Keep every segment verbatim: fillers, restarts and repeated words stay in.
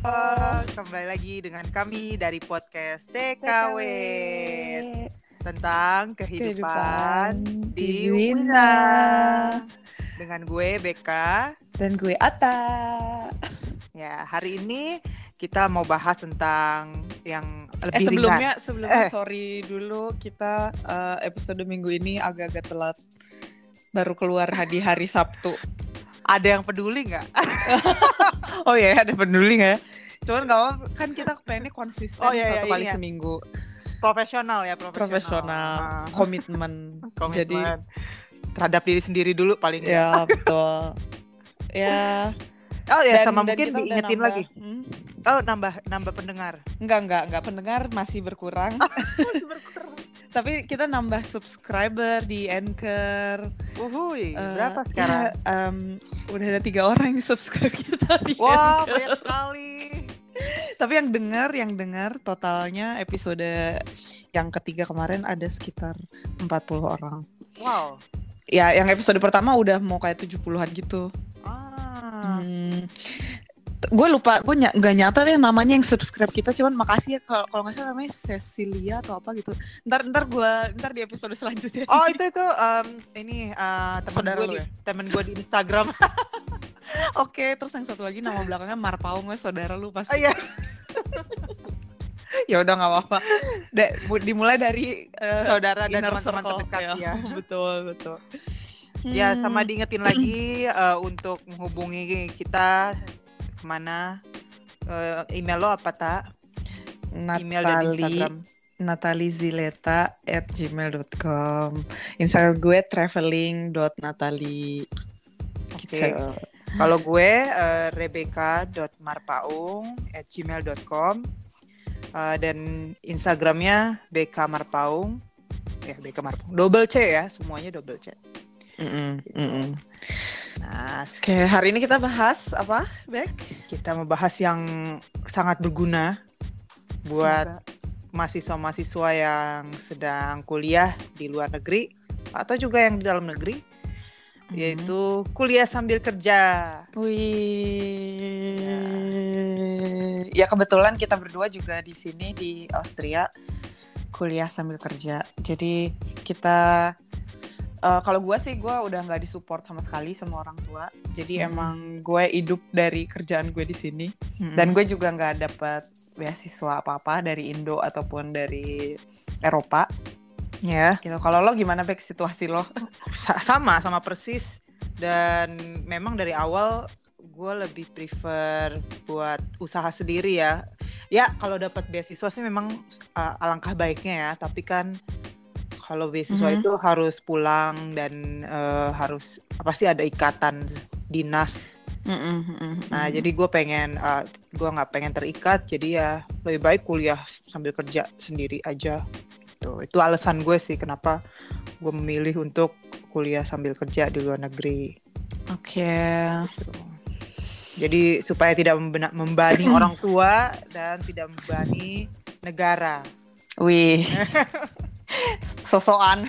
Kembali lagi dengan kami dari podcast T K W tentang kehidupan, kehidupan di di Wina. Wina. Dengan gue Beka. Dan gue Ata. Ya, hari ini kita mau bahas tentang yang Eh lebih sebelumnya ringan. sebelumnya Eh. sorry dulu, kita uh, episode minggu ini agak-agak telat, baru keluar di hari Sabtu. Ada yang peduli nggak? Oh ya, ada peduli nggak? Cuman nggak apa, kan kita pengennya konsisten Oh, iya, satu iya, kali iya. seminggu. Profesional ya, profesional. Profesional, Ah. komitmen. Komitmen Jadi terhadap diri sendiri dulu paling nggak. ya betul. Ya. Oh ya, Dan- sama dan mungkin kita udah diingetin nambah. lagi. Hmm? Oh, nambah nambah pendengar. Enggak, enggak, enggak, pendengar masih berkurang. Tapi kita nambah subscriber di Anchor. Uhuy, Eh, berapa sekarang? ya, em, udah ada tiga orang yang subscribe kita di Wah, Anchor. banyak sekali. Tapi yang dengar, yang dengar totalnya episode yang ketiga kemarin ada sekitar empat puluh orang. Wow. Ya, yang episode pertama udah mau kayak tujuh puluhan gitu. Ah. Hmm. Gue lupa, gue ny- nggak nyata deh namanya yang subscribe kita, cuman makasih ya. Kalau kalau nggak salah namanya Cecilia atau apa gitu. Ntar ntar gue ntar di episode selanjutnya. Oh, itu itu um, ini uh, teman Saudara gue lu di ya? teman gue di Instagram. Oke, terus yang satu lagi nama belakangnya Marpaung, saudara lu Oh pasti. iya. Ya udah nggak apa-apa. Da- bu- dimulai dari eh, Saudara dan inner teman-teman circle, terdekat ya. Betul, betul. Ya, Hmm. sama diingetin lagi uh, untuk menghubungi kita kemana? Uh, email lo apa, Tak? Email dan Natali Instagram. natalizileta at gmail dot com. Instagram gue traveling dot natali. Oke. Gitu. Kalau gue uh, rebecca dot marpaung at gmail dot com. Uh, dan Instagramnya bkmarpaung. Ya, Beka Marpaung. Double C ya, semuanya double C. Mm-mm, mm-mm. Nah, Oke, hari ini kita bahas apa, Bek? kita membahas yang sangat berguna buat mahasiswa-mahasiswa yang sedang kuliah di luar negeri atau juga yang di dalam negeri, Mhm. yaitu kuliah sambil kerja. Wih. Ya kebetulan kita berdua juga di sini di Austria kuliah sambil kerja. Jadi kita uh, kalau gue sih gue udah nggak disupport sama sekali sama orang tua. Jadi Hmm. emang gue hidup dari kerjaan gue di sini. Hmm. Dan gue juga nggak dapat beasiswa apa-apa dari Indo ataupun dari Eropa. ya Gitu. Kalau lo gimana, Bek, situasi lo? sa- sama sama persis. Dan memang dari awal gue lebih prefer buat usaha sendiri ya. Ya kalau dapat beasiswa sih memang uh, alangkah baiknya ya. Tapi kan kalau beasiswa Mhm. itu harus pulang dan uh, harus pasti ada ikatan dinas. Nah jadi gue pengen uh, gue nggak pengen terikat. Jadi ya lebih baik kuliah sambil kerja sendiri aja. Tuh, itu alasan gue sih kenapa gue memilih untuk kuliah sambil kerja di luar negeri. Oke. Gitu. Jadi supaya tidak membena- membebani orang tua dan tidak membebani negara. Wih. Sosokan.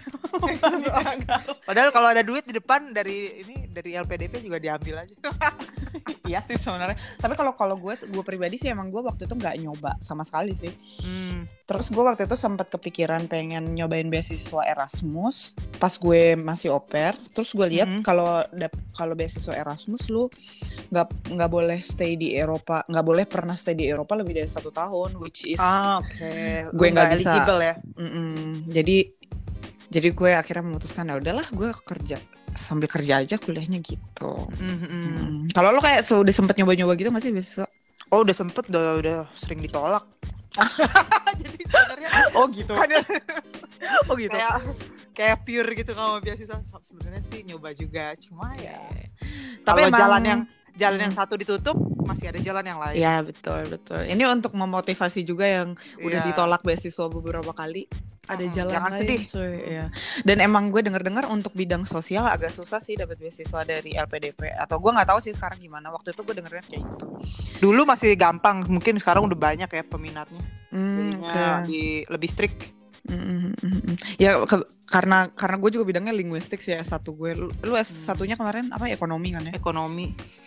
Padahal kalau ada duit di depan dari ini dari L P D P juga diambil aja. Iya sih sebenarnya. Tapi kalau kalau gue gue pribadi sih emang gue waktu itu nggak nyoba sama sekali sih. Hmm. Terus gue waktu itu sempat kepikiran pengen nyobain beasiswa Erasmus pas gue masih au pair. Terus gue lihat Mhm. kalau dap- kalau beasiswa Erasmus lu nggak nggak boleh stay di Eropa, nggak boleh pernah stay di Eropa lebih dari satu tahun, which is Ah, oke. Okay. Gue nggak bisa. eligible ya. mm-mm. jadi jadi gue akhirnya memutuskan ya udahlah gue kerja sambil kerja aja kuliahnya gitu. Mhm. Hmm. Kalau lo kayak sudah sempet nyoba-nyoba gitu nggak sih beasiswa? Oh udah sempet, udah udah sering ditolak. Jadi sebenarnya Oh gitu. kan Oh gitu. kayak kayak pure gitu kalau beasiswa sebenarnya sih nyoba juga, cuma ya. Tapi Kalau emang jalan yang jalan Hmm. yang satu ditutup masih ada jalan yang lain. ya betul betul. Ini untuk memotivasi juga yang udah Iya. ditolak beasiswa beberapa kali. Ada Mm-mm, jalan jangan lain, sedih. cuy. Ya. Dan emang gue dengar-dengar untuk bidang sosial agak susah sih dapat beasiswa dari L P D P. Atau gue nggak tahu sih sekarang gimana. Waktu itu gue dengernya kayak gitu. Dulu masih gampang, mungkin sekarang udah banyak ya peminatnya. Hmm, Jadinya oke. di lebih strict. Mm, mm, mm, mm. Ya ke- karena karena gue juga bidangnya linguistik sih S satu gue. Lu, lu S satunya kemarin apa ekonomi kan ya? Ekonomi.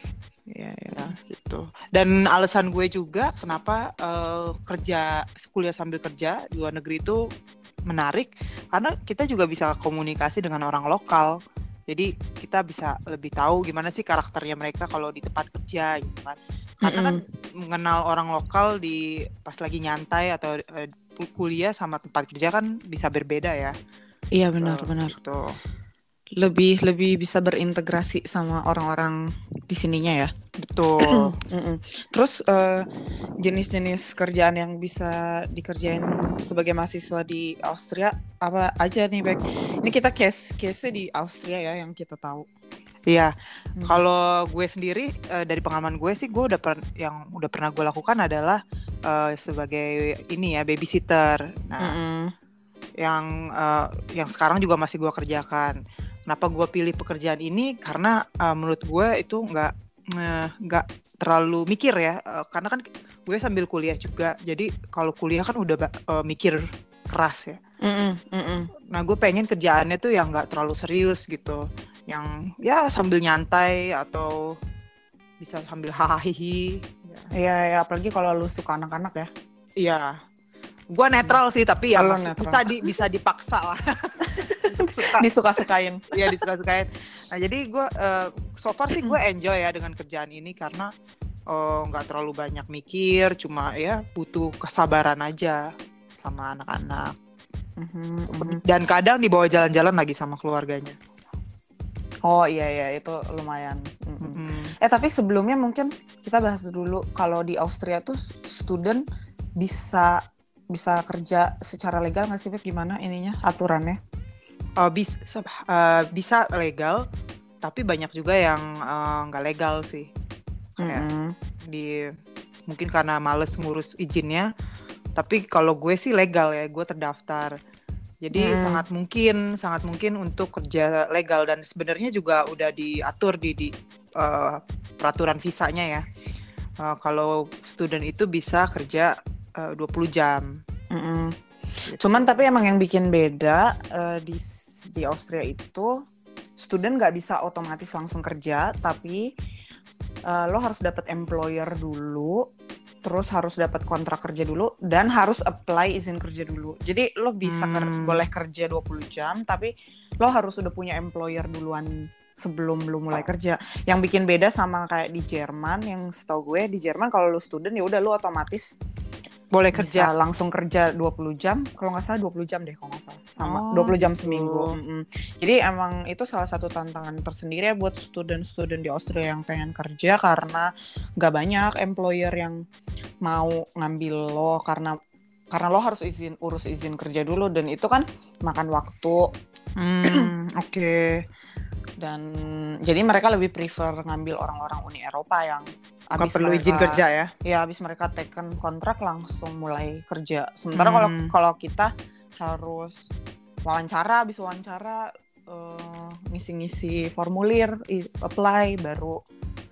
Iya, ya, gitu. Dan alasan gue juga kenapa uh, kerja kuliah sambil kerja di luar negeri itu menarik, karena kita juga bisa komunikasi dengan orang lokal. Jadi kita bisa lebih tahu gimana sih karakternya mereka kalau di tempat kerja gitu kan. Karena kan mengenal orang lokal di pas lagi nyantai atau uh, kuliah sama tempat kerja kan bisa berbeda ya. Iya benar-benar. Gitu. Lebih lebih bisa berintegrasi sama orang-orang di sininya ya. Betul. Terus uh, jenis-jenis kerjaan yang bisa dikerjain sebagai mahasiswa di Austria apa aja nih, Bek? Ini kita case case di Austria ya yang kita tahu. Iya, hmm. Kalau gue sendiri uh, dari pengalaman gue sih, gue udah per- yang udah pernah gue lakukan adalah uh, sebagai ini ya babysitter. Nah, mm-hmm. yang uh, yang sekarang juga masih gue kerjakan. Kenapa gue pilih pekerjaan ini? Karena uh, menurut gue itu nggak nggak uh, terlalu mikir ya, uh, karena kan gue sambil kuliah juga. Jadi kalau kuliah kan udah uh, mikir keras ya. Mm-mm, mm-mm. Nah, gue pengen kerjaannya tuh yang nggak terlalu serius gitu, yang ya sambil nyantai atau bisa sambil hahaha. Iya, ya, apalagi kalau lu suka anak-anak ya. Iya, gue netral sih, tapi ya masih, bisa di, bisa dipaksa lah. Disuka-sukain. Iya, disuka-sukain. Nah, jadi gue uh, so far sih gue enjoy ya dengan kerjaan ini karena nggak uh, terlalu banyak mikir, cuma ya butuh kesabaran aja sama anak-anak. Mm-hmm. Dan kadang dibawa jalan-jalan lagi sama keluarganya. Oh iya iya itu lumayan. Mm-hmm. Eh tapi sebelumnya mungkin kita bahas dulu kalau di Austria tuh student bisa bisa kerja secara legal nggak sih, Beb? Gimana ininya aturannya? Uh, bis, uh, bisa legal, tapi banyak juga yang nggak uh, legal sih. Kayak mm-hmm. di mungkin karena males ngurus izinnya. Tapi kalau gue sih legal ya, gue terdaftar. Jadi hmm. sangat mungkin, sangat mungkin untuk kerja legal, dan sebenarnya juga udah diatur di, di uh, peraturan visanya ya. Uh, kalau student itu bisa kerja uh, dua puluh jam. Mm-hmm. Gitu. Cuman tapi emang yang bikin beda uh, di di Austria itu student nggak bisa otomatis langsung kerja, tapi uh, lo harus dapat employer dulu. Terus harus dapat kontrak kerja dulu dan harus apply izin kerja dulu. Jadi lo bisa hmm. ker- boleh kerja dua puluh jam, tapi lo harus udah punya employer duluan sebelum lo mulai kerja. Yang bikin beda sama kayak di Jerman, yang setahu gue di Jerman kalau lo student ya udah lo otomatis boleh kerja langsung kerja dua puluh jam. Kalau nggak salah dua puluh jam deh kalau nggak salah. Sama oh, dua puluh jam seminggu. Mm-hmm. Jadi emang itu salah satu tantangan tersendiri ya buat student-student di Austria yang pengen kerja, karena nggak banyak employer yang mau ngambil lo karena karena lo harus izin urus izin kerja dulu, dan itu kan makan waktu. Hmm, Oke. Okay. Dan jadi mereka lebih prefer ngambil orang-orang Uni Eropa yang nggak perlu mereka, izin kerja ya? Ya habis mereka taken kontrak langsung mulai kerja. Sementara kalau hmm. kalau kita harus wawancara, habis wawancara uh, ngisi-ngisi formulir, apply, baru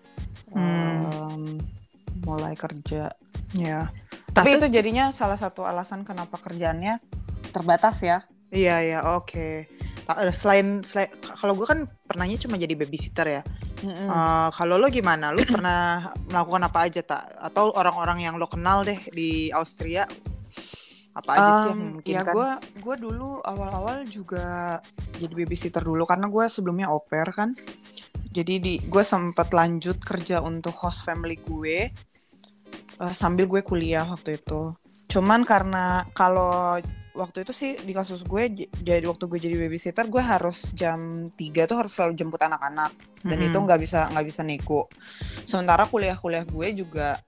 hmm. um, mulai kerja. Ya. Tapi nah, itu jadinya salah satu alasan kenapa kerjaannya terbatas ya. Iya ya, oke. Okay. Selain, selain kalau gue kan pernahnya cuma jadi babysitter ya. Uh, kalau lo gimana? Lo pernah melakukan apa aja tak? Atau orang-orang yang lo kenal deh di Austria apa aja um, sih yang mungkin ya kan? gue gue dulu awal-awal juga jadi babysitter dulu karena gue sebelumnya au pair kan. Jadi di gue sempat lanjut kerja untuk host family gue uh, sambil gue kuliah waktu itu. Cuman karena kalau waktu itu sih di kasus gue, jadi waktu gue jadi babysitter gue harus jam tiga tuh harus selalu jemput anak-anak, dan mm-hmm. itu nggak bisa nggak bisa nego. Sementara kuliah-kuliah gue juga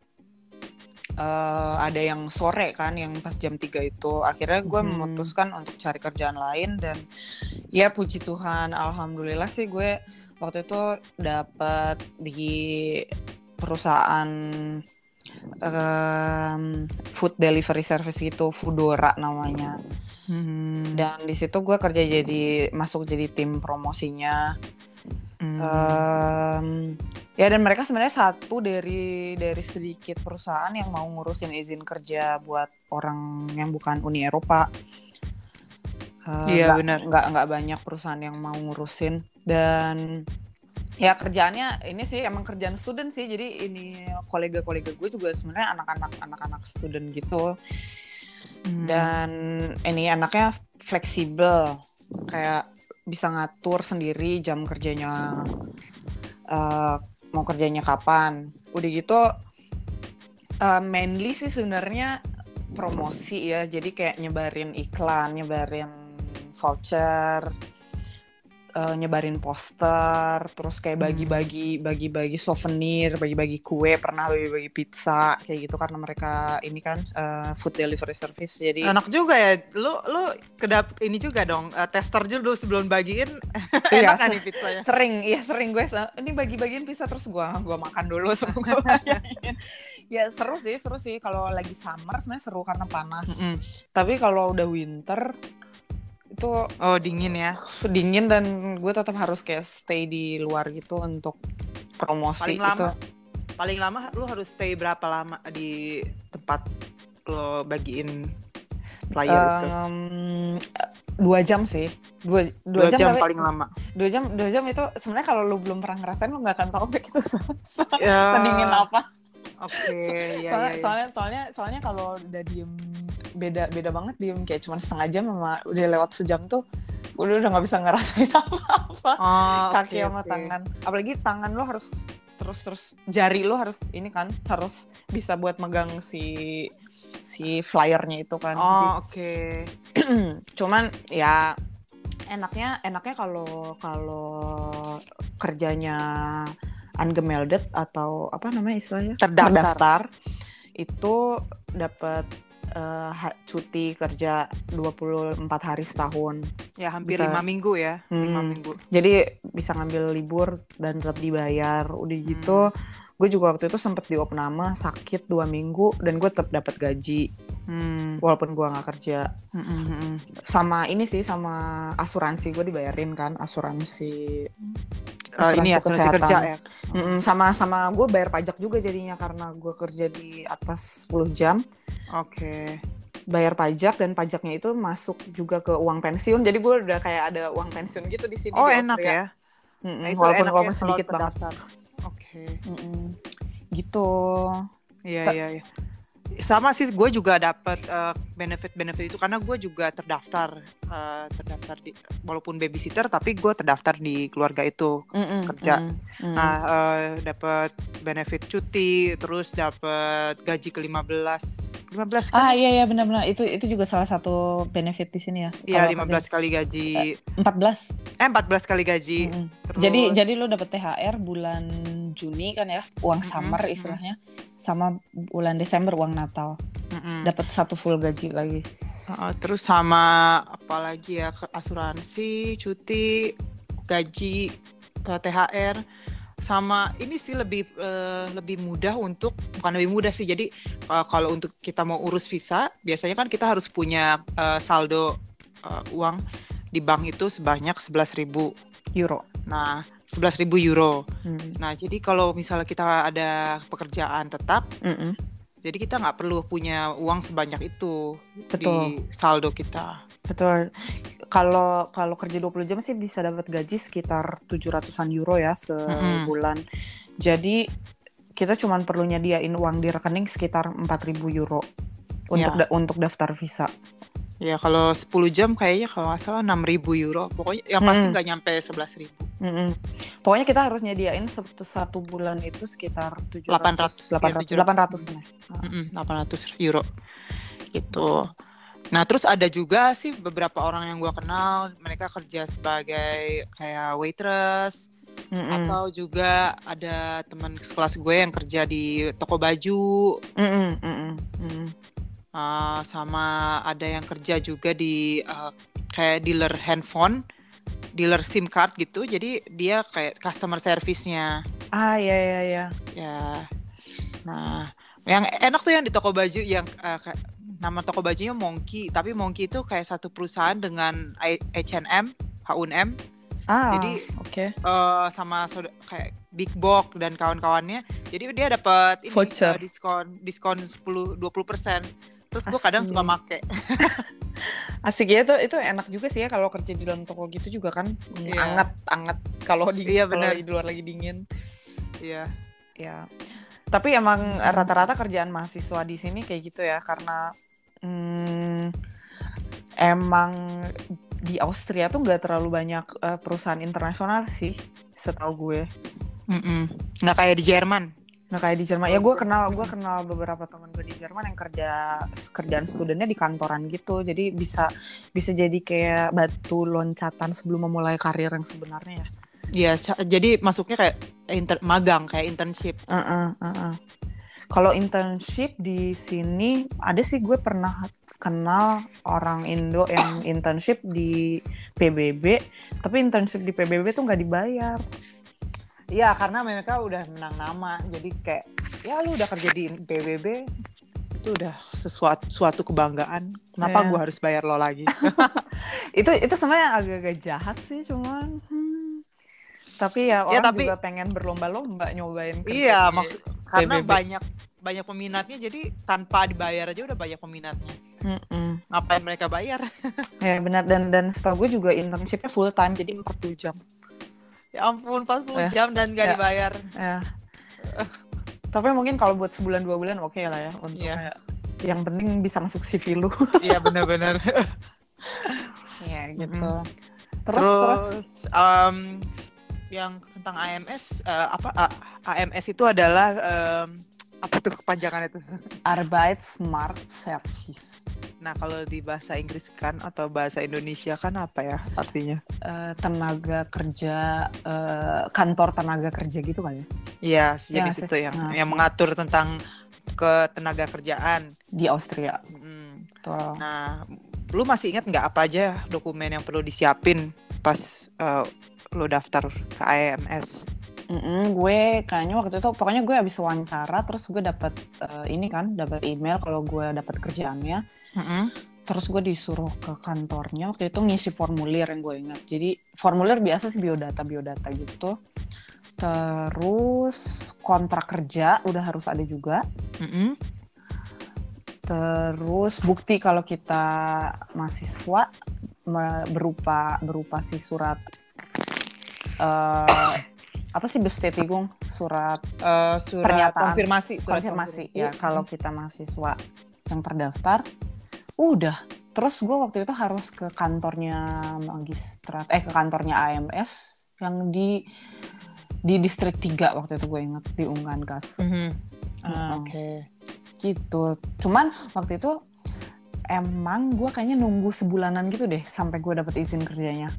uh, ada yang sore kan, yang pas jam tiga itu. Akhirnya gue mm-hmm. memutuskan untuk cari kerjaan lain, dan ya puji Tuhan, alhamdulillah sih gue waktu itu dapat di perusahaan Um, food delivery service gitu, Foodora namanya. Hmm. Dan di situ gue kerja jadi masuk jadi tim promosinya. Hmm. Um, ya dan mereka sebenarnya satu dari dari sedikit perusahaan yang mau ngurusin izin kerja buat orang yang bukan Uni Eropa. Uh, iya gak, benar. Nggak nggak banyak perusahaan yang mau ngurusin, dan Ya kerjaannya ini sih emang kerjaan student sih, jadi ini kolega-kolega gue juga sebenarnya anak-anak anak-anak student gitu. Hmm. Dan ini anaknya fleksibel, kayak bisa ngatur sendiri jam kerjanya, uh, mau kerjanya kapan. Udah gitu uh, mainly sih sebenarnya promosi ya, jadi kayak nyebarin iklan, nyebarin voucher, Uh, nyebarin poster, terus kayak bagi-bagi bagi-bagi souvenir, bagi-bagi kue, pernah bagi-bagi pizza kayak gitu karena mereka ini kan uh, food delivery service. Jadi enak juga ya, lu lu kedap ini juga dong, uh, tester dulu sebelum bagiin. Iya, enak kan nih pizzanya? Sering, iya sering gue ini bagi-bagiin pizza terus gue gue makan dulu sebelum gue bagiin. Ya seru sih, seru sih kalau lagi summer sebenarnya seru karena panas. Mm-hmm. Tapi kalau udah winter itu oh dingin ya, dingin dan gue tetap harus kayak stay di luar gitu untuk promosi. Paling lama, itu paling lama lu harus stay berapa lama di tempat lo bagiin flyer um, itu? Dua jam sih, dua dua, dua jam, jam tapi, paling lama. Dua jam, dua jam itu sebenarnya kalau lu belum pernah ngerasain lu nggak akan tahu itu yeah. sedingin apa. Oke, okay, ya, soalnya, ya, ya. soalnya soalnya soalnya kalau udah diem beda beda banget diem kayak cuma setengah jam sama udah lewat sejam tuh udah udah nggak bisa ngerasain apa-apa. Oh, kaki okay, sama okay. tangan, apalagi tangan lo harus terus terus jari lo harus ini kan harus bisa buat megang si si flyernya itu kan. Oh oke. Okay. Cuman ya enaknya enaknya kalau kalau kerjanya ungemelded atau apa namanya istilahnya terdaftar, terdaftar itu dapat uh, cuti kerja dua puluh empat hari setahun. Ya hampir bisa, lima minggu ya. Hmm, lima minggu. Jadi bisa ngambil libur dan tetap dibayar. Udah gitu hmm. gue juga waktu itu sempet di opname sakit dua minggu dan gue tetap dapat gaji. Hmm. Walaupun gue nggak kerja. Hmm. Sama ini sih sama asuransi gue dibayarin kan, asuransi. Uh, ini asuransi kerja ya. Mm-mm, sama sama gue bayar pajak juga jadinya karena gue kerja di atas sepuluh jam. Oke. Okay. Bayar pajak dan pajaknya itu masuk juga ke uang pensiun. Jadi gue udah kayak ada uang pensiun gitu di sini. Oh di enak ya. Nah, itu walaupun enak walaupun ya, sedikit banget. Oke. Okay. Gitu. Iya iya iya. Sama sih gue juga dapat uh, benefit-benefit itu karena gue juga terdaftar uh, terdaftar di walaupun babysitter tapi gue terdaftar di keluarga itu mm-mm, kerja. Mm-mm. Nah uh, dapat benefit cuti, terus dapat gaji ke lima belas lima belas kan? Ah iya iya benar-benar itu itu juga salah satu benefit di sini ya. Iya lima belas kali gaji. empat belas Eh empat belas kali gaji. Mm-hmm. Terus... Jadi jadi lo dapet T H R bulan Juni kan ya, uang mm-hmm. summer istilahnya, mm-hmm. sama bulan Desember uang Natal. Mm-hmm. Dapat satu full gaji lagi. Uh, terus sama apa lagi ya, asuransi, cuti, gaji, T H R. Sama ini sih lebih uh, lebih mudah untuk bukan lebih mudah sih jadi uh, kalau untuk kita mau urus visa biasanya kan kita harus punya uh, saldo uh, uang di bank itu sebanyak sebelas ribu euro. Nah sebelas ribu euro. Hmm. Nah jadi kalau misalnya kita ada pekerjaan tetap, Mm-mm. jadi kita nggak perlu punya uang sebanyak itu. Betul. Di saldo kita. Betul. Kalau kalau kerja dua puluh jam sih bisa dapat gaji sekitar tujuh ratusan euro ya sebulan. Mm-hmm. Jadi kita cuma perlu nyediain uang di rekening sekitar empat ribu euro untuk ya. da- untuk daftar visa. Ya kalau sepuluh jam kayaknya kalau nggak salah enam ribu euro. Pokoknya yang pasti nggak mm-hmm. nyampe sebelas ribu. Mm-hmm. Pokoknya kita harus nyediain satu, satu bulan itu sekitar tujuh ratus, delapan ratus, delapan ratus, ya, delapan ratus euro gitu. Nah terus ada juga sih beberapa orang yang gue kenal mereka kerja sebagai kayak waitress, mm-hmm. atau juga ada teman sekelas gue yang kerja di toko baju, mm-hmm. Mm-hmm. Uh, sama ada yang kerja juga di uh, kayak dealer handphone, dealer SIM card gitu. Jadi dia kayak customer service-nya. Ah ya ya ya. Ya. Nah yang enak tuh yang di toko baju yang uh, nama toko bajunya Monkey, tapi Monkey itu kayak satu perusahaan dengan H and M, H and M. Ah, jadi oke. Okay. Uh, sama kayak Big Box dan kawan-kawannya. Jadi dia dapat ini uh, diskon diskon sepuluh dua puluh persen Terus gue kadang suka make. Asik ya, itu itu enak juga sih ya kalau kerja di dalam toko gitu juga kan. Iya. Anget-anget kalau di Iya, kalau benar. di luar lagi dingin. Iya. Ya. Tapi emang rata-rata kerjaan mahasiswa di sini kayak gitu ya, karena hmm, emang di Austria tuh nggak terlalu banyak uh, perusahaan internasional sih, setahu gue. Mm-mm. Nggak kayak di Jerman. Nggak kayak di Jerman. Ya gue kenal gue kenal beberapa teman gue di Jerman yang kerja kerjaan studennya di kantoran gitu. Jadi bisa bisa jadi kayak batu loncatan sebelum memulai karir yang sebenarnya ya. Iya, jadi masuknya kayak inter- magang, kayak internship. Uh-uh, uh-uh. Kalau internship di sini ada sih, gue pernah kenal orang Indo yang internship di P B B, tapi internship di P B B tuh nggak dibayar. Iya, karena mereka udah menang nama, jadi kayak ya lu udah kerja di P B B itu udah sesuatu suatu kebanggaan. Kenapa yeah. gue harus bayar lo lagi? itu itu sebenarnya agak-agak jahat sih, cuman hmm. Tapi ya orang ya, tapi, juga pengen berlomba-lomba nyobain kerja. Iya, maksud karena P B B. banyak banyak peminatnya, jadi tanpa dibayar aja udah banyak peminatnya. Mm-mm. Ngapain mereka bayar? Ya benar, dan dan setahu gue juga internshipnya full time, jadi empat puluh jam. Ya ampun, empat puluh eh, jam dan gak ya, dibayar. Ya. Tapi mungkin kalau buat sebulan dua bulan oke okay lah ya, untuk ya. Kayak yang penting bisa masuk C V lu. Iya benar-benar. Ya gitu. Mm-hmm. Terus terus, terus um, yang tentang A M S uh, apa uh, A M S itu adalah um, apa tuh kepanjangan itu? Arbeitsmarktservice. Nah, kalau di bahasa Inggris kan atau bahasa Indonesia kan apa ya artinya? Uh, tenaga kerja, uh, kantor tenaga kerja gitu kan ya? Iya, jenis ya, itu yang nah. yang mengatur tentang ketenaga kerjaan di Austria. Hmm. Nah, lu masih ingat nggak apa aja dokumen yang perlu disiapin pas uh, lo daftar ke A M S? Mm-mm, gue kayaknya waktu itu pokoknya gue habis wawancara, terus gue dapat uh, ini kan dapat email kalau gue dapat kerjaannya. Mm-hmm. Terus gue disuruh ke kantornya waktu itu ngisi formulir yang gue ingat. Jadi formulir biasa sih biodata biodata gitu. Terus kontrak kerja udah harus ada juga. Mm-hmm. Terus bukti kalau kita mahasiswa berupa berupa si surat uh, apa sih Bestätigung, surat uh, surat pernyataan konfirmasi surat konfirmasi, konfirmasi ya kalau kita mahasiswa yang terdaftar. Udah, terus gue waktu itu harus ke kantornya magistrat eh ke kantornya A M S yang di di distrik tiga waktu itu gue ingat, di Unganskas. Mm-hmm. Ah, oke. Okay. Gitu. Cuman waktu itu emang gue kayaknya nunggu sebulanan gitu deh sampai gue dapet izin kerjanya.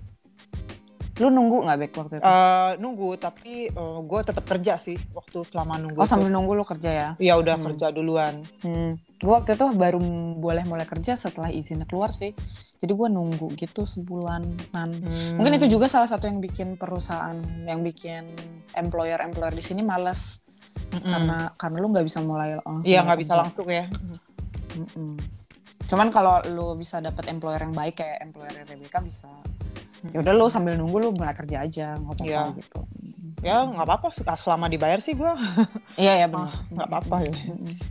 Lu nunggu nggak Bek waktu itu? Uh, nunggu, tapi uh, gue tetap kerja sih waktu selama nunggu. Oh sambil nunggu lu kerja ya? Iya udah hmm. kerja duluan. Hmm. Gue waktu itu baru boleh mulai kerja setelah izinnya keluar sih. Jadi gue nunggu gitu sebulanan. Hmm. Mungkin itu juga salah satu yang bikin perusahaan, yang bikin employer-employer di sini malas. Mm-mm. Karena karena lu nggak bisa mulai. Iya nggak bisa langsung ya. Mm-mm. Cuman kalau lu bisa dapat employer yang baik kayak employer R B K bisa. Ya udah lu sambil nunggu lu mulai kerja aja, nggak apa-apa ya. Gitu. Ya nggak apa-apa, selama dibayar sih gue. Iya ya benar. Nggak oh, apa-apa ya.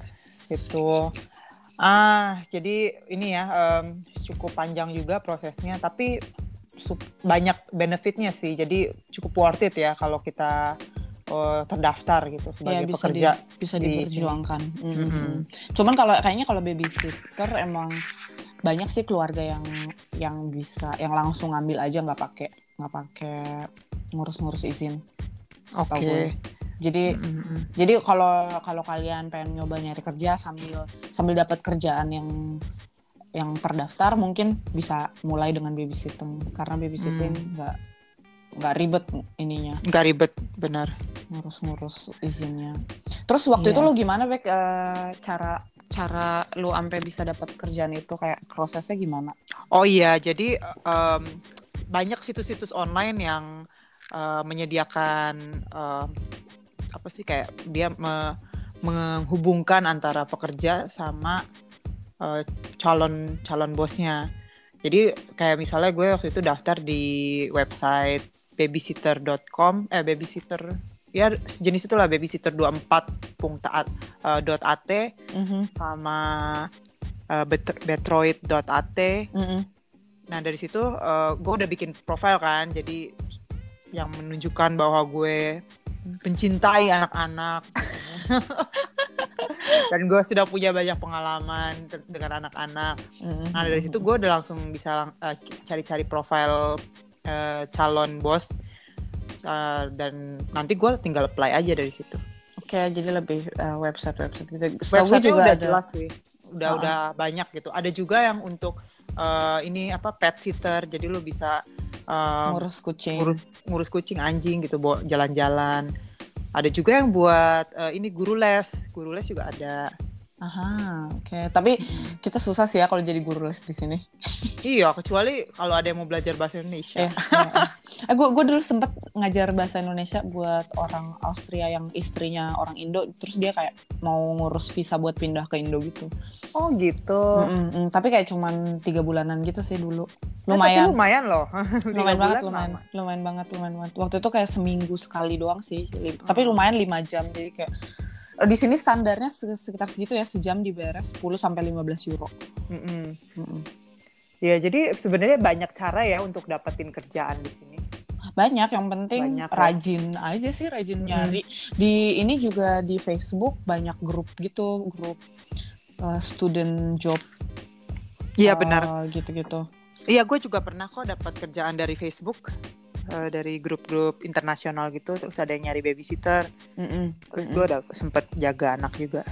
Gitu. Ah jadi ini ya um, cukup panjang juga prosesnya, tapi banyak benefitnya sih. Jadi cukup worth it ya kalau kita uh, terdaftar gitu sebagai ya, bisa pekerja di, bisa di diperjuangkan. Mm-hmm. Mm-hmm. Cuman kalau kayaknya kalau babysitter emang banyak sih keluarga yang yang bisa yang langsung ngambil aja, nggak pakai nggak pakai ngurus-ngurus izin. Oke. Okay. Jadi mm-hmm. jadi kalau kalau kalian pengen nyoba nyari kerja sambil sambil dapat kerjaan yang yang terdaftar, mungkin bisa mulai dengan babysitting karena babysitting nggak mm. nggak ribet ininya. Nggak ribet, benar. Ngurus-ngurus izinnya. Terus waktu yeah. itu lu gimana Bek uh, cara cara lu sampai bisa dapat kerjaan itu, kayak prosesnya gimana? Oh iya, jadi um, banyak situs-situs online yang uh, menyediakan uh, apa sih kayak dia me- menghubungkan antara pekerja sama uh, calon calon bosnya. Jadi kayak misalnya gue waktu itu daftar di website babysitter dot com eh babysitter ya sejenis itulah babysitter dua puluh empat dot a t mm-hmm. sama uh, bet- betroid dot a t. Mm-mm. Nah dari situ uh, gue udah bikin profil kan, jadi yang menunjukkan bahwa gue pencintai anak-anak. Dan gue sudah punya banyak pengalaman te- dengan anak-anak. Mm-hmm. Nah dari situ gue udah langsung bisa lang- uh, cari-cari profil uh, calon bos, uh, dan nanti gue tinggal apply aja dari situ. Oke, okay, jadi lebih uh, website-website gitu. Website juga udah ada. Jelas sih, udah uh-uh. udah banyak gitu. Ada juga yang untuk uh, ini apa pet sitter, jadi lo bisa uh, ngurus kucing, ngurus ngurus kucing, anjing gitu, bawa jalan-jalan. Ada juga yang buat uh, ini guru les, guru les juga ada. Aha, oke. Okay. Tapi hmm. kita susah sih ya kalau jadi guru les di sini. Iya, kecuali kalau ada yang mau belajar bahasa Indonesia. Eh, ya, eh gue gue dulu sempet ngajar bahasa Indonesia buat orang Austria yang istrinya orang Indo, terus dia kayak mau ngurus visa buat pindah ke Indo gitu. Oh gitu. Mm-mm, tapi kayak cuman tiga bulanan gitu sih dulu. Lumayan. Eh, tapi lumayan loh. lumayan banget, lumayan, lama. lumayan banget, lumayan banget. Waktu itu kayak seminggu sekali doang sih, hmm. tapi lumayan lima jam. Jadi kayak di sini standarnya sekitar segitu ya, sejam dibayar sepuluh sampai lima belas euro. Mm-mm. Mm-mm. Ya jadi sebenarnya banyak cara ya untuk dapetin kerjaan di sini. Banyak, yang penting banyak, rajin ya. aja sih, rajin mm-hmm. nyari. Di ini juga di Facebook banyak grup gitu, grup uh, student job. Iya uh, benar. Gitu-gitu. Iya, gue juga pernah kok dapat kerjaan dari Facebook. Uh, dari grup-grup internasional gitu, terus ada yang nyari babysitter, Mm-mm. terus gue udah sempet jaga anak juga.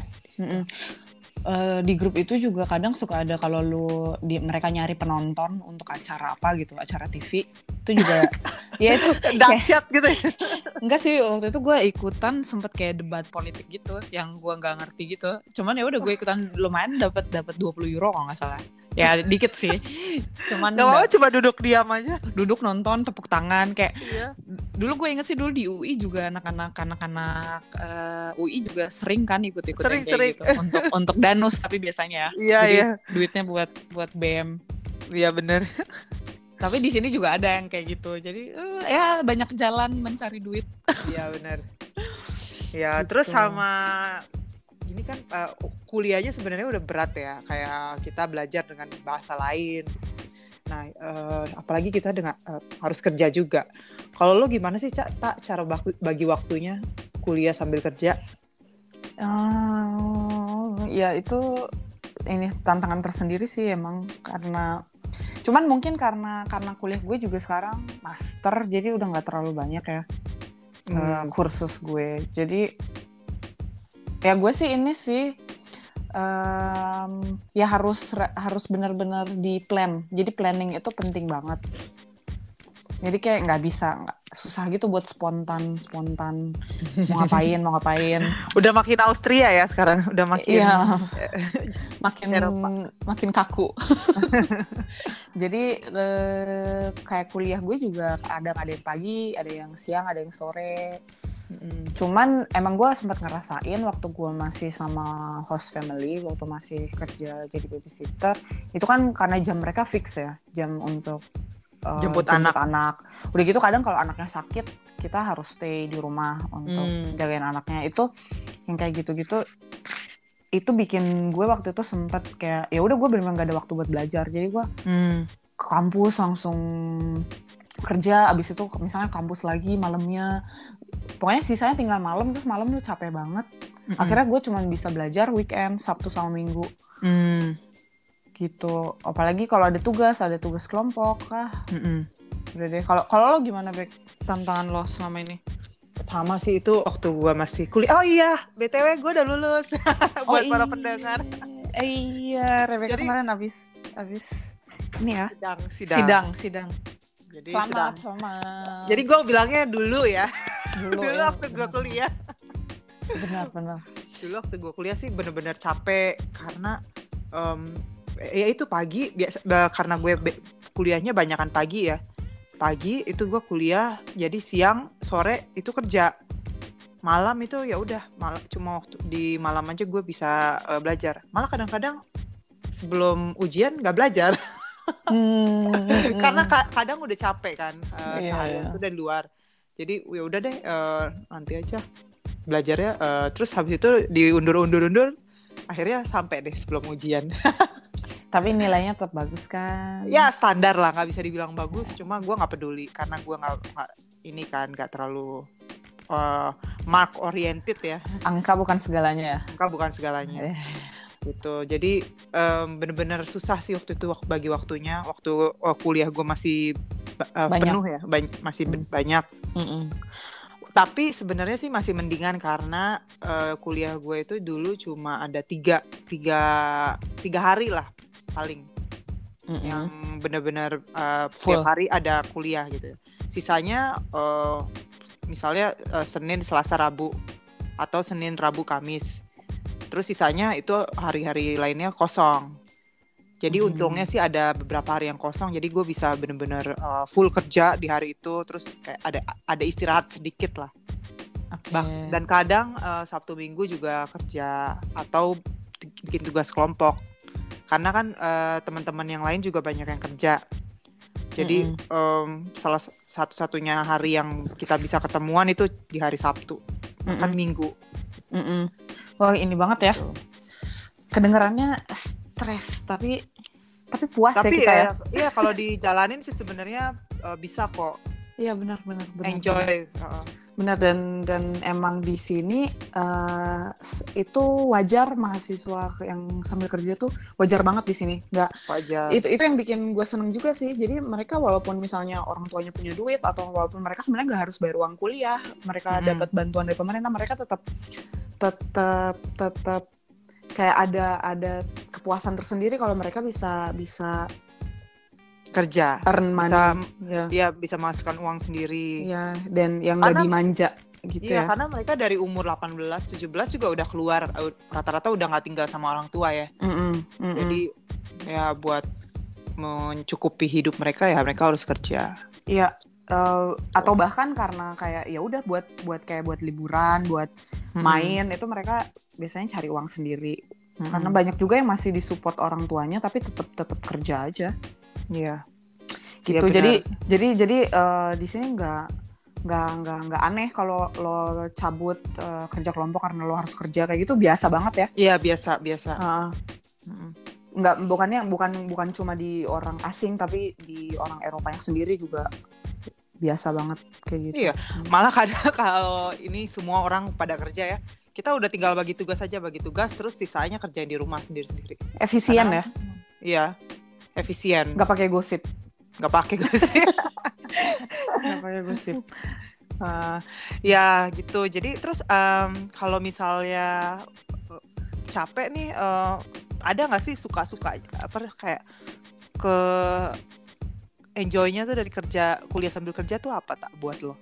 Uh, di grup itu juga kadang suka ada kalau lu di, mereka nyari penonton untuk acara apa gitu, acara T V itu juga ya itu dahsyat gitu ya. Enggak sih, waktu itu gue ikutan sempet kayak debat politik gitu yang gue nggak ngerti gitu, cuman ya udah gue ikutan, lumayan dapat dapat dua puluh euro kalau nggak salah. Ya dikit sih, cuman nggak mau cuma duduk diam aja, duduk nonton tepuk tangan kayak. Iya. Dulu gue inget sih dulu di U I juga anak-anak anak-anak uh, U I juga sering kan ikut-ikut sering, kayak sering. gitu untuk untuk danus tapi biasanya. Iya Jadi iya. Duitnya buat buat B M. Iya benar. Tapi di sini juga ada yang kayak gitu, jadi uh, ya banyak jalan mencari duit. Iya benar. Ya gitu. Terus sama ini kan uh, kuliahnya sebenarnya udah berat ya, kayak kita belajar dengan bahasa lain. Nah, uh, apalagi kita dengan uh, harus kerja juga. Kalau lo gimana sih, Cak, tak cara bagi waktunya kuliah sambil kerja? Uh, ya itu ini tantangan tersendiri sih emang, karena cuman mungkin karena karena kuliah gue juga sekarang master, jadi udah nggak terlalu banyak ya hmm. uh, kursus gue. Jadi ya gue sih ini sih um, ya harus harus benar-benar di plan. Jadi planning itu penting banget. Jadi kayak nggak bisa, nggak susah gitu buat spontan spontan mau ngapain mau ngapain. Udah makin Austria ya sekarang, udah makin iya, makin Eropa. Makin kaku. Jadi eh, kayak kuliah gue juga ada ada yang pagi, ada yang siang, ada yang sore. Mm-hmm. Cuman emang gue sempat ngerasain waktu gue masih sama host family, waktu masih kerja jadi babysitter, itu kan karena jam mereka fix ya, jam untuk uh, jemput, jemput anak. anak. Udah gitu kadang kalau anaknya sakit, kita harus stay di rumah untuk mm. jagain anaknya. Itu yang kayak gitu-gitu, itu bikin gue waktu itu sempat kayak ya udah gue benar-benar gak ada waktu buat belajar. Jadi gue mm. ke kampus langsung kerja, abis itu misalnya kampus lagi malamnya, pokoknya sisanya tinggal malam, terus malam tuh capek banget. Mm-hmm. Akhirnya gue cuma bisa belajar weekend, Sabtu sama Minggu. Mm. Gitu. Apalagi kalau ada tugas, ada tugas kelompok kah. Mm-hmm. Udah deh. Kalau kalau lo gimana, Bek? Tantangan lo selama ini? Sama sih, itu waktu gue masih kuliah. Oh iya, B T W gue udah lulus. Buat oh, para pendengar. Eh, iya, Rebecca Jadi, kemarin abis abis ini ya. Sidang, sidang. Sidang, sidang. Jadi selamat, sedang. selamat. Jadi gue bilangnya dulu ya. Dulu, dulu ya, waktu gue kuliah. Benar-benar. Dulu waktu gue kuliah sih bener-bener capek karena um, ya itu pagi biasa, karena gue be- kuliahnya banyakan pagi ya. Pagi itu gue kuliah, jadi siang sore itu kerja. Malam itu ya udah, mal- cuma waktu di malam aja gue bisa uh, belajar. Malah kadang-kadang sebelum ujian nggak belajar. hmm, karena ka- kadang udah capek kan uh, yeah, seharian yeah. Itu dari luar, jadi ya udah deh uh, nanti aja belajarnya, uh, terus habis itu diundur-undur-undur, akhirnya sampai deh sebelum ujian. Tapi nilainya tetap bagus kan? Ya standar lah, nggak bisa dibilang bagus. Cuma gue nggak peduli karena gue nggak ini kan nggak terlalu uh, mark oriented ya. Angka bukan segalanya ya. Angka bukan segalanya. Eh. Gitu. Jadi um, bener-bener susah sih waktu itu bagi waktunya. Waktu oh, kuliah gue masih uh, penuh ya, Bany- masih hmm. banyak. Mm-mm. Tapi sebenarnya sih masih mendingan karena uh, kuliah gue itu dulu cuma ada tiga, tiga, tiga hari lah paling. Mm-hmm. Yang benar-benar uh, setiap hari ada kuliah gitu. Sisanya uh, misalnya uh, Senin, Selasa, Rabu atau Senin, Rabu, Kamis. Terus sisanya itu hari-hari lainnya kosong. Jadi mm-hmm. untungnya sih ada beberapa hari yang kosong, jadi gue bisa benar-benar uh, full kerja di hari itu, terus kayak ada ada istirahat sedikit lah. Okay. Bah, dan kadang uh, Sabtu Minggu juga kerja atau bikin tugas kelompok. Karena kan uh, teman-teman yang lain juga banyak yang kerja. Jadi mm-hmm. um, salah satu-satunya hari yang kita bisa ketemuan itu di hari Sabtu, mm-hmm. kan Minggu. Mm-hmm. Wah ini banget ya. Gitu. Kedengarannya stres tapi tapi puas tapi ya kita ya. ya. Iya kalau dijalanin sih sebenarnya uh, bisa kok. Iya benar benar benar. Enjoy. Uh. Benar dan dan emang di sini uh, itu wajar mahasiswa yang sambil kerja tuh wajar banget di sini. Nggak wajar. Itu itu yang bikin gue seneng juga sih. Jadi mereka walaupun misalnya orang tuanya punya duit atau walaupun mereka sebenarnya nggak harus bayar uang kuliah, mereka hmm. dapat bantuan dari pemerintah, mereka tetap tetap tetap kayak ada ada kepuasan tersendiri kalau mereka bisa bisa kerja, earn money, bisa, ya. ya bisa masukkan uang sendiri, ya dan yang nggak dimanja gitu iya, ya. Karena mereka dari umur delapan belas, tujuh belas juga udah keluar, rata-rata udah nggak tinggal sama orang tua ya. Mm-mm, mm-mm. Jadi ya buat mencukupi hidup mereka ya mereka harus kerja. Iya. Uh, atau bahkan karena kayak ya udah buat buat kayak buat liburan, buat hmm. main itu mereka biasanya cari uang sendiri. Hmm. Karena banyak juga yang masih disupport orang tuanya tapi tetap tetap kerja aja. Iya. Gitu. Ya, jadi jadi jadi uh, di sini nggak nggak nggak nggak aneh kalau lo cabut uh, kerja kelompok karena lo harus kerja kayak gitu, biasa banget ya. Iya biasa biasa. Uh, hmm. Nggak bukannya bukan bukan cuma di orang asing tapi di orang Eropanya sendiri juga biasa banget kayak gitu. Iya, malah kadang kalau ini semua orang pada kerja ya, kita udah tinggal bagi tugas aja, bagi tugas, terus sisanya kerjain di rumah sendiri-sendiri. Efisien karena, ya? Iya, efisien. Gak pakai gosip. Gak pakai gosip. Gak pakai gosip. Uh, ya gitu. Jadi terus um, kalau misalnya capek nih, uh, ada nggak sih suka-suka apa kayak ke enjoy-nya tuh dari kerja, kuliah sambil kerja tuh apa tak buat lo?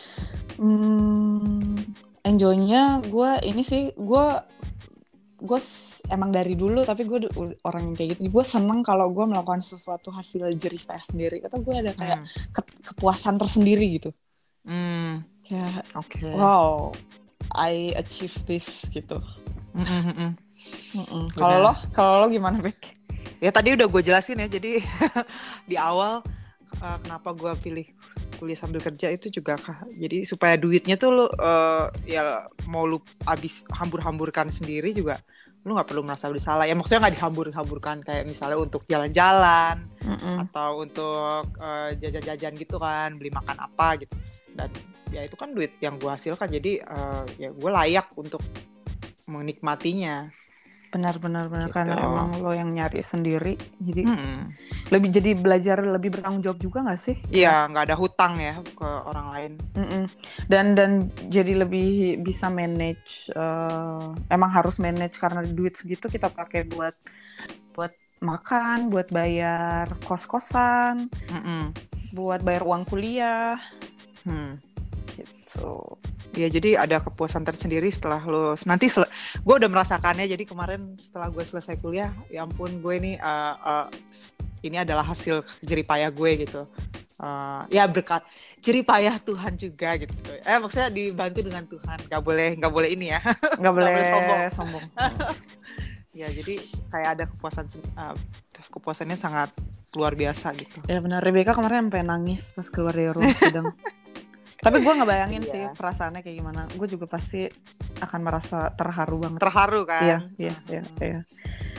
Hmm, enjoy-nya gue ini sih, gue gue emang dari dulu tapi gue orang yang kayak gitu. Gue seneng kalau gue melakukan sesuatu hasil jerih payah sendiri. Kata gue ada kayak hmm. ke- kepuasan tersendiri gitu. Hmm. Kayak, okay. wow, I achieve this gitu. Mm-mm. Mm-mm. Kalau lo, kalau lo gimana, Bek? Ya tadi udah gue jelasin ya. Jadi di awal uh, kenapa gue pilih kuliah sambil kerja itu juga kah, jadi supaya duitnya tuh lo uh, ya mau lu abis hambur-hamburkan sendiri juga lu nggak perlu merasa bersalah ya, maksudnya nggak dihambur-hamburkan kayak misalnya untuk jalan-jalan Mm-mm. atau untuk uh, jajan-jajan gitu kan, beli makan apa gitu, dan ya itu kan duit yang gue hasilkan, jadi uh, ya gue layak untuk menikmatinya. Benar-benar benar gitu. Karena emang lo yang nyari sendiri, jadi hmm. lebih jadi belajar lebih bertanggung jawab juga nggak sih? Iya, nggak ada hutang ya ke orang lain. Mm-mm. Dan dan jadi lebih bisa manage. Uh, emang harus manage karena duit segitu kita pakai buat buat makan, buat bayar kos-kosan, Mm-mm. buat bayar uang kuliah. Hmm. Gitu. Ya jadi ada kepuasan tersendiri setelah lo nanti sel- gue udah merasakannya. Jadi kemarin setelah gue selesai kuliah, ya ampun gue ini uh, uh, ini adalah hasil jeripayah gue gitu. Uh, ya berkat jeripayah Tuhan juga gitu. Eh maksudnya dibantu dengan Tuhan. Gak boleh gak boleh ini ya. Gak boleh sombong. sombong. Ya jadi kayak ada kepuasan uh, kepuasannya sangat luar biasa gitu. Ya benar, Rebecca kemarin sampai nangis pas keluar dari ruang sidang. Tapi gue ngebayangin iya. sih perasaannya kayak gimana. Gue juga pasti akan merasa terharu banget. Terharu kan? Iya, iya, iya, iya.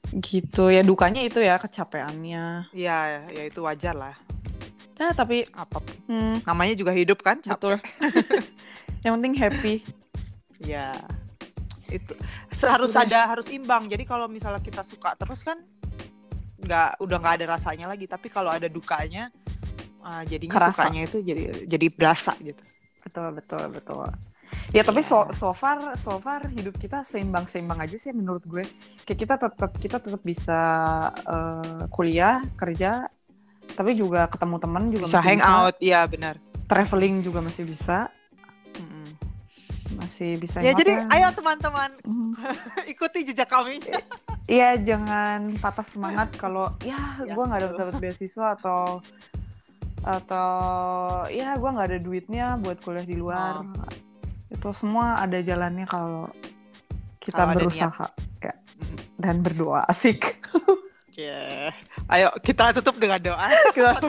Gitu ya, dukanya itu ya kecapeannya. Iya, ya itu wajar lah. Nah, tapi apa hmm, namanya juga hidup kan, capek. betul. Yang penting happy. Ya. Itu harus Udah. ada harus imbang. Jadi kalau misalnya kita suka terus kan nggak udah nggak ada rasanya lagi. Tapi kalau ada dukanya, uh, jadinya Kerasa. sukanya itu jadi jadi berasa gitu. Betul betul betul. Ya tapi so, so far so far hidup kita seimbang seimbang aja sih menurut gue. Kayak kita tetap kita tetap bisa uh, kuliah, kerja, tapi juga ketemu teman juga bisa hang out, ya benar. Traveling juga masih bisa. Mm-mm. Masih bisa. Ya jadi kan? Ayo teman-teman mm. ikuti jejak kami. Iya, jangan patah semangat kalau ya, ya gue nggak dapat beasiswa atau atau ya gue nggak ada duitnya buat kuliah di luar. Oh. Itu semua ada jalannya kalau kita kalau berusaha ya, dan berdoa. Asik. Yeah. Ayo kita tutup dengan doa. Kita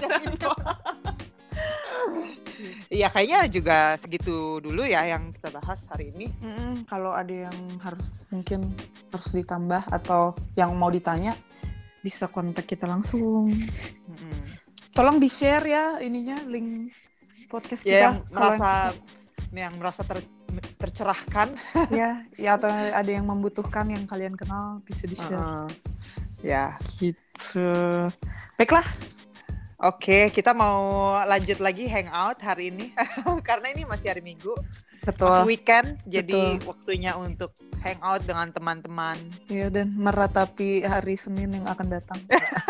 Iya kayaknya juga segitu dulu ya yang kita bahas hari ini. Mm-mm, kalau ada yang harus mungkin harus ditambah atau yang mau ditanya bisa kontak kita langsung. Mm-mm. Tolong di share ya ininya link podcast kita. Ya, yang merasa yang, yang merasa ter, tercerahkan. Ya, ya atau ada yang membutuhkan yang kalian kenal bisa di share. Uh-uh. Ya, gitu. Baiklah. Oke, kita mau lanjut lagi hangout hari ini karena ini masih hari Minggu, betul. Masih weekend, jadi betul. Waktunya untuk hangout dengan teman-teman. Iya, dan meratapi hari Senin yang akan datang.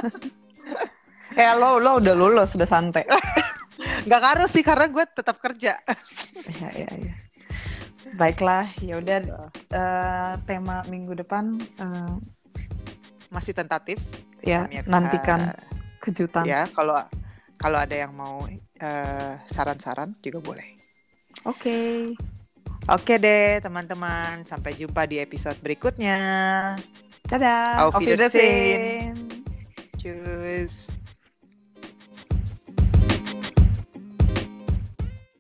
Eh lo lo udah lulus, sudah santai. Gak ngaruh sih karena gue tetap kerja. Iya iya iya. Baiklah, ya udah uh, tema minggu depan uh, masih tentatif. Ya, Pemirsa. Nantikan. Kejutan. Ya, kalau kalau ada yang mau uh, saran-saran juga boleh. Oke. Okay. Oke deh, teman-teman. Sampai jumpa di episode berikutnya. Dadah. Auf Wiedersehen. Tschüss.